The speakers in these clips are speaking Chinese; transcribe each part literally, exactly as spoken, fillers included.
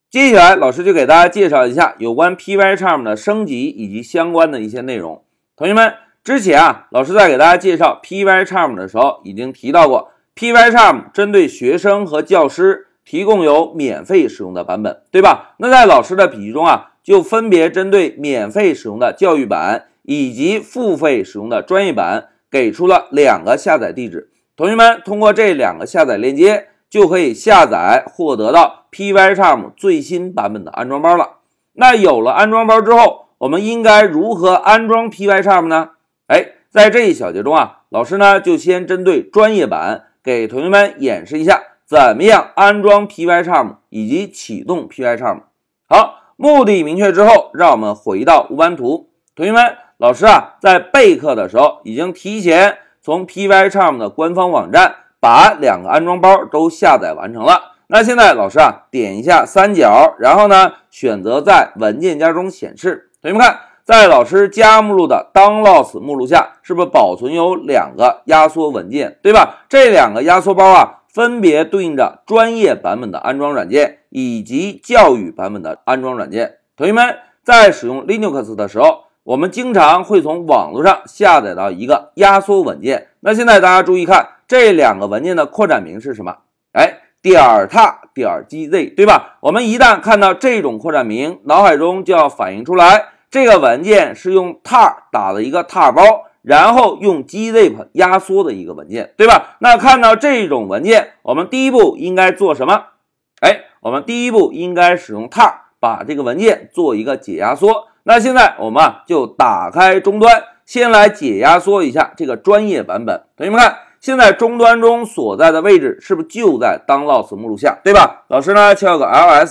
接下来老师就给大家介绍一下有关 Pycharm 的升级以及相关的一些内容。同学们，之前啊，老师在给大家介绍 Pycharm 的时候已经提到过， Pycharm 针对学生和教师提供有免费使用的版本，对吧？那在老师的笔记中啊，就分别针对免费使用的教育版以及付费使用的专业版给出了两个下载地址。同学们通过这两个下载链接就可以下载获得到 Pycharm 最新版本的安装包了。那有了安装包之后，我们应该如何安装 Pycharm 呢？哎，在这一小节中啊，老师呢就先针对专业版给同学们演示一下怎么样安装 Pycharm 以及启动 Pycharm。好，目的明确之后，让我们回到无版图。同学们，老师啊在备课的时候已经提前从 Pycharm 的官方网站把两个安装包都下载完成了。那现在老师啊点一下三角，然后呢选择在文件夹中显示。同学们看，在老师加目录的 Downloads 目录下，是不是保存有两个压缩文件，对吧？这两个压缩包啊分别对应着专业版本的安装软件以及教育版本的安装软件。同学们在使用 Linux 的时候，我们经常会从网络上下载到一个压缩文件。那现在大家注意看，这两个文件的扩展名是什么？哎，点 tar.gz， 对吧？我们一旦看到这种扩展名，脑海中就要反映出来，这个文件是用 tar 打了一个 tar 包，然后用 gzip 压缩的一个文件，对吧？那看到这种文件，我们第一步应该做什么？哎，我们第一步应该使用 tar 把这个文件做一个解压缩。那现在我们啊就打开终端，先来解压缩一下这个专业版本。同学们看，现在终端中所在的位置是不是就在 Downloads 目录下，对吧？老师呢敲个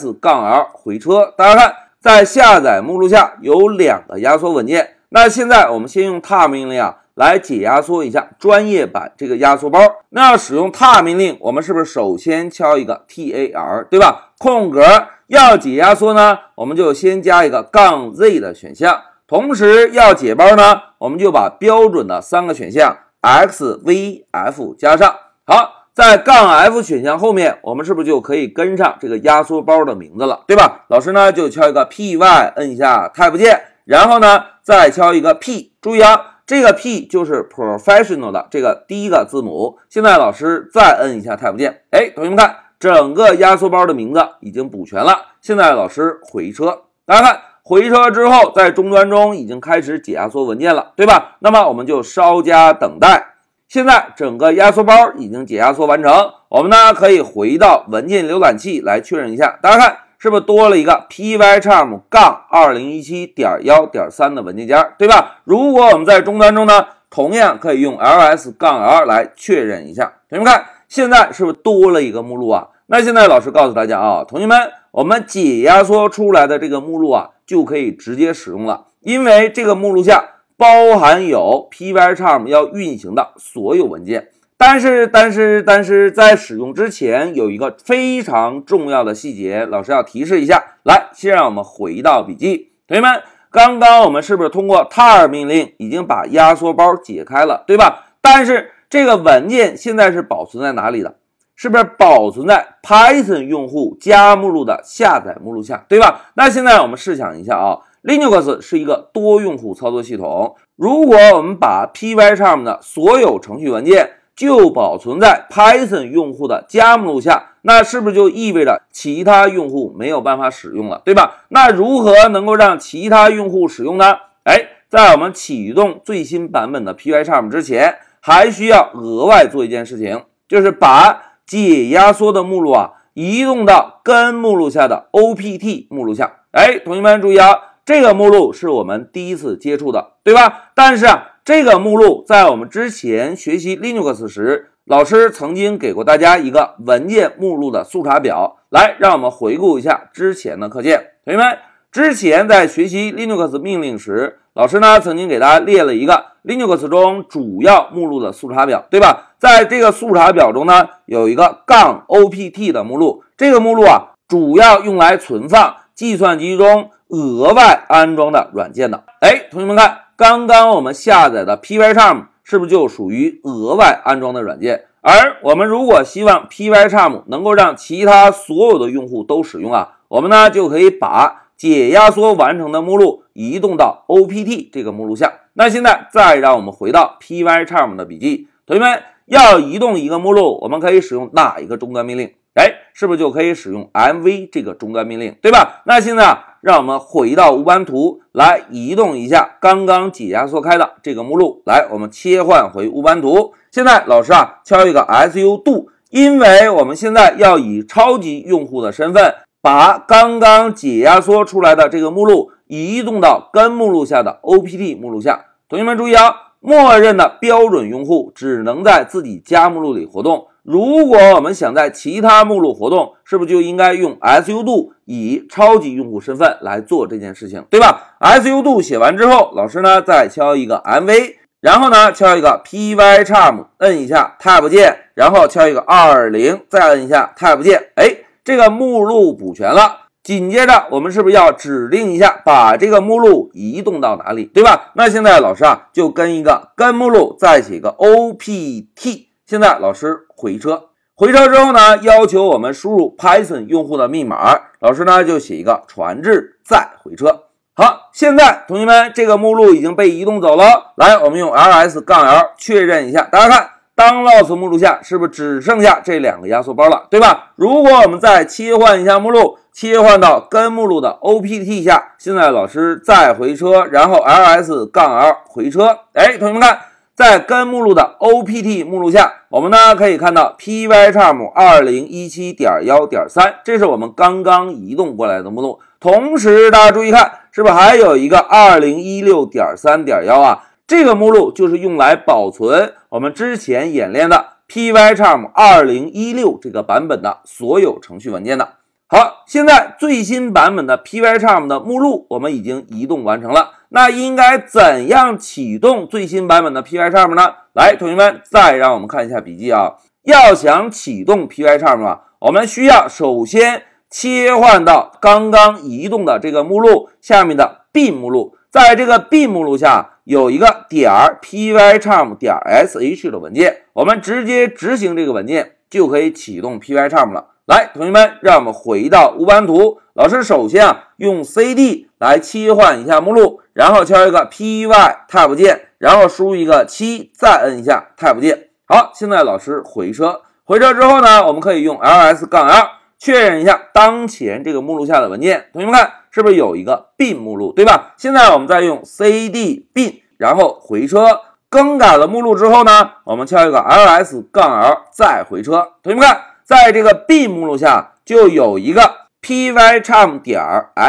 ls-l 回车，大家看在下载目录下有两个压缩文件。那现在我们先用 tar 命令啊来解压缩一下专业版这个压缩包。那要使用 tar 命令，我们是不是首先敲一个 tar， 对吧？空格要解压缩呢，我们就先加一个杠 z 的选项。同时要解包呢，我们就把标准的三个选项 x、v、f 加上。好，在杠 f 选项后面，我们是不是就可以跟上这个压缩包的名字了，对吧？老师呢就敲一个 py， 摁一下 tab 键，然后呢再敲一个 p。注意啊，这个 p 就是 professional 的这个第一个字母。现在老师再摁一下 tab 键，哎，同学们看，整个压缩包的名字已经补全了。现在老师回车，大家看回车之后，在终端中已经开始解压缩文件了，对吧？那么我们就稍加等待。现在整个压缩包已经解压缩完成，我们呢可以回到文件浏览器来确认一下。大家看是不是多了一个 Pycharm 杠 二零一七点一点三 的文件夹，对吧？如果我们在终端中呢，同样可以用 ls-l 来确认一下。同学们看，现在是不是多了一个目录啊？那现在老师告诉大家啊，同学们，我们解压缩出来的这个目录啊，就可以直接使用了，因为这个目录下包含有 Pycharm 要运行的所有文件。但是，但是，但是在使用之前有一个非常重要的细节，老师要提示一下。来，先让我们回到笔记，同学们，刚刚我们是不是通过 tar 命令已经把压缩包解开了，对吧？但是这个文件现在是保存在哪里的？是不是保存在 Python 用户加目录的下载目录下，对吧？那现在我们试想一下啊 ，Linux 是一个多用户操作系统，如果我们把 Pycharm 的所有程序文件就保存在 Python 用户的加目录下，那是不是就意味着其他用户没有办法使用了，对吧？那如何能够让其他用户使用呢？哎，在我们启动最新版本的 Pycharm 之前，还需要额外做一件事情，就是把解压缩的目录啊移动到根目录下的 O P T 目录下。哎，同学们注意啊，这个目录是我们第一次接触的，对吧？但是啊，这个目录在我们之前学习 Linux 时，老师曾经给过大家一个文件目录的速查表。来，让我们回顾一下之前的课件。同学们，之前在学习 Linux 命令时，老师呢曾经给大家列了一个 Linux 中主要目录的速查表，对吧？在这个速查表中呢，有一个杠 O P T 的目录，这个目录啊，主要用来存放计算机中额外安装的软件的。哎，同学们看，刚刚我们下载的 Pycharm 是不是就属于额外安装的软件？而我们如果希望 Pycharm 能够让其他所有的用户都使用啊， 我们呢就可以把解压缩完成的目录移动到 O P T 这个目录下。那现在再让我们回到 Pycharm 的笔记，同学们要移动一个目录，我们可以使用哪一个终端命令？哎，是不是就可以使用 M V 这个终端命令，对吧？那现在啊，让我们回到无版图来移动一下刚刚解压缩开的这个目录，来，我们切换回无版图。现在老师啊，敲一个 S U do， 因为我们现在要以超级用户的身份，把刚刚解压缩出来的这个目录移动到根目录下的 O P T 目录下。同学们注意啊，默认的标准用户只能在自己家目录里活动。如果我们想在其他目录活动，是不是就应该用 S U do 以超级用户身份来做这件事情，对吧？ S U do 写完之后，老师呢再敲一个 M V， 然后呢敲一个 Pycharm， 摁一下 Tab 键，然后敲一个二零，再摁一下 Tab 键，哎，这个目录补全了。紧接着我们是不是要指定一下把这个目录移动到哪里，对吧？那现在老师啊就跟一个根目录再写一个 O P T。现在老师回车，回车之后呢，要求我们输入 Python 用户的密码，老师呢就写一个传至再回车。好，现在同学们这个目录已经被移动走了，来，我们用 ls-l 确认一下，大家看downloads 目录下是不是只剩下这两个压缩包了，对吧？如果我们再切换一下目录，切换到根目录的 O P T 下，现在老师再回车，然后 ls-l 回车，哎，同学们看，在根目录的 O P T 目录下，我们呢可以看到 Pycharm 二零一七点一点三， 这是我们刚刚移动过来的目录。同时大家注意看，是不是还有一个 二零一六点三点一 啊？这个目录就是用来保存我们之前演练的 Pycharm 二零一六这个版本的所有程序文件的。好，现在最新版本的 Pycharm 的目录我们已经移动完成了，那应该怎样启动最新版本的 Pycharm 呢？来，同学们再让我们看一下笔记啊。要想启动 Pycharm 啊，我们需要首先切换到刚刚移动的这个目录下面的 bin 目录，在这个 bin 目录下有一个点 pycharm 点 sh 的文件，我们直接执行这个文件就可以启动 Pycharm 了。来，同学们，让我们回到无版图。老师首先啊，用 C D 来切换一下目录，然后敲一个 Py Tab 键，然后输入一个七，再摁一下 Tab 键。好，现在老师回车，回车之后呢，我们可以用 ls-l 确认一下当前这个目录下的文件。同学们看，是不是有一个 bin 目录，对吧？现在我们再用 C D bin， 然后回车，更改了目录之后呢，我们敲一个 ls-l 再回车。同学们看，在这个 bin 目录下就有一个 pycharm 点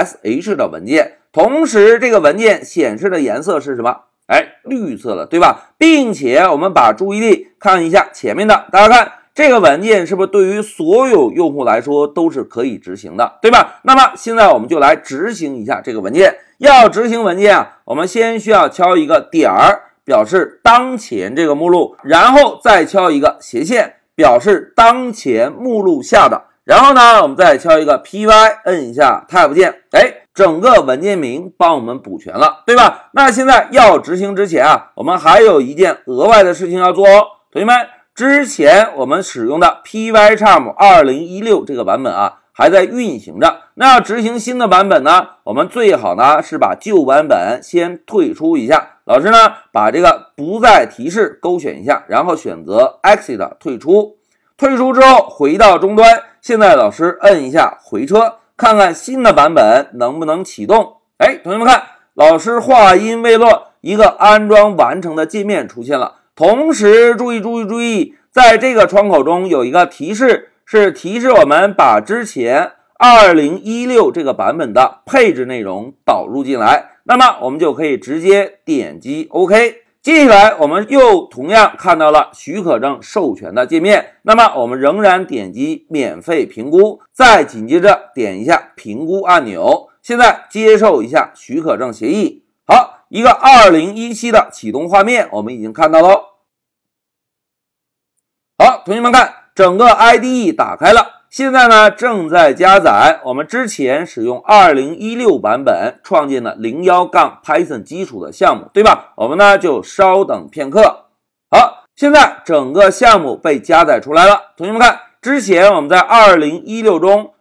sh 的文件，同时这个文件显示的颜色是什么？哎，绿色的，对吧？并且我们把注意力看一下前面的，大家看这个文件是不是对于所有用户来说都是可以执行的，对吧？那么现在我们就来执行一下这个文件。要执行文件啊，我们先需要敲一个点儿，表示当前这个目录，然后再敲一个斜线，表示当前目录下的，然后呢，我们再敲一个 Py， 摁一下 Tab 键，哎，整个文件名帮我们补全了，对吧？那现在要执行之前啊，我们还有一件额外的事情要做哦，同学们，之前我们使用的 Pycharm 二零一六这个版本啊，还在运行着。那要执行新的版本呢，我们最好呢是把旧版本先退出一下。老师呢，把这个不再提示勾选一下，然后选择 Exit 退出。退出之后回到终端，现在老师摁一下回车，看看新的版本能不能启动。哎，同学们看，老师话音未落，一个安装完成的界面出现了。同时注意注意注意，在这个窗口中有一个提示，是提示我们把之前二零一六这个版本的配置内容导入进来，那么我们就可以直接点击 OK。接下来我们又同样看到了许可证授权的界面，那么我们仍然点击免费评估，再紧接着点一下评估按钮，现在接受一下许可证协议。好，一个二零一七的启动画面我们已经看到了。好，同学们看，整个 I D E 打开了，现在呢正在加载我们之前使用二零一六版本创建的 零一 Python 基础的项目，对吧？我们呢就稍等片刻。好，现在整个项目被加载出来了。同学们看，之前我们在二零一六中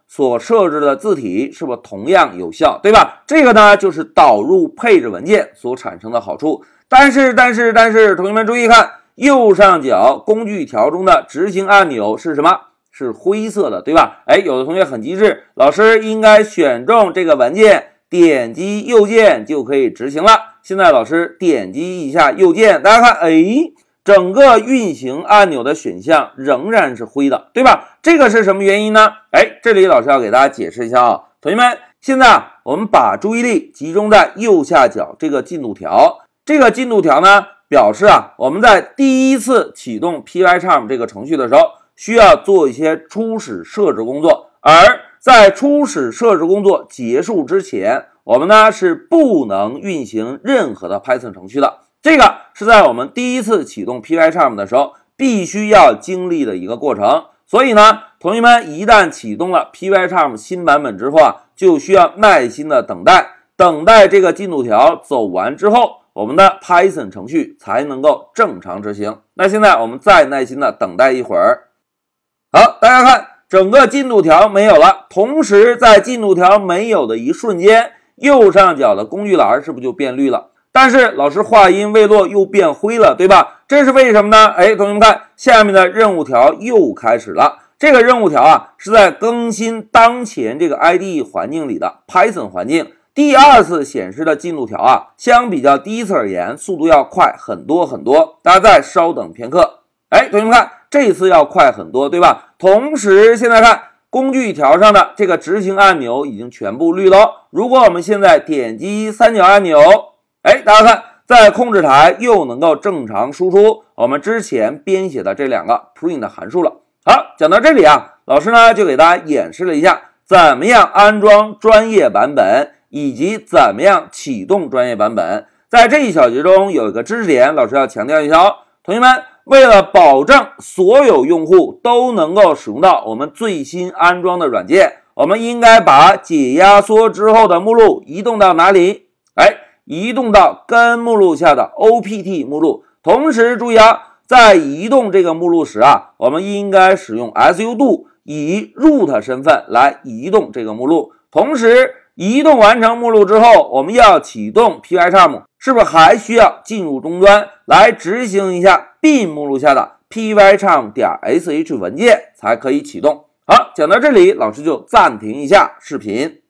所设置的字体是不是同样有效，对吧？这个呢就是导入配置文件所产生的好处。但是但是但是同学们注意看，右上角工具条中的执行按钮是什么？是灰色的，对吧？哎，有的同学很机智，老师应该选中这个文件，点击右键就可以执行了。现在老师点击一下右键，大家看，哎，整个运行按钮的选项仍然是灰的，对吧？这个是什么原因呢？哎，这里老师要给大家解释一下啊，同学们，现在啊，我们把注意力集中在右下角这个进度条，这个进度条呢，表示啊，我们在第一次启动 Pycharm 这个程序的时候，需要做一些初始设置工作，而在初始设置工作结束之前，我们呢是不能运行任何的 Python 程序的。这个是在我们第一次启动 Pycharm 的时候必须要经历的一个过程。所以呢，同学们一旦启动了 Pycharm 新版本之后啊，就需要耐心的等待，等待这个进度条走完之后，我们的 Python 程序才能够正常执行。那现在我们再耐心的等待一会儿。好，大家看，整个进度条没有了，同时在进度条没有的一瞬间，右上角的工具栏是不是就变绿了？但是老师话音未落又变灰了，对吧？这是为什么呢？哎，同学们看，下面的任务条又开始了。这个任务条啊，是在更新当前这个 I D E 环境里的 Python 环境。第二次显示的进度条啊，相比较第一次而言，速度要快很多很多。大家再稍等片刻。哎，同学们看，这次要快很多，对吧？同时，现在看工具条上的这个执行按钮已经全部绿了。如果我们现在点击三角按钮，哎，大家看，在控制台又能够正常输出我们之前编写的这两个 print 函数了。好，讲到这里啊，老师呢就给大家演示了一下怎么样安装专业版本，以及怎么样启动专业版本。在这一小节中有一个知识点，老师要强调一下哦，同学们，为了保证所有用户都能够使用到我们最新安装的软件，我们应该把解压缩之后的目录移动到哪里？哎，移动到根目录下的 O P T 目录。同时注意啊，在移动这个目录时啊，我们应该使用 sudo 以 root 身份来移动这个目录。同时移动完成目录之后，我们要启动 Pycharm， 是不是还需要进入终端来执行一下 bin 目录下的 pycharm.sh 文件才可以启动？好，讲到这里，老师就暂停一下视频。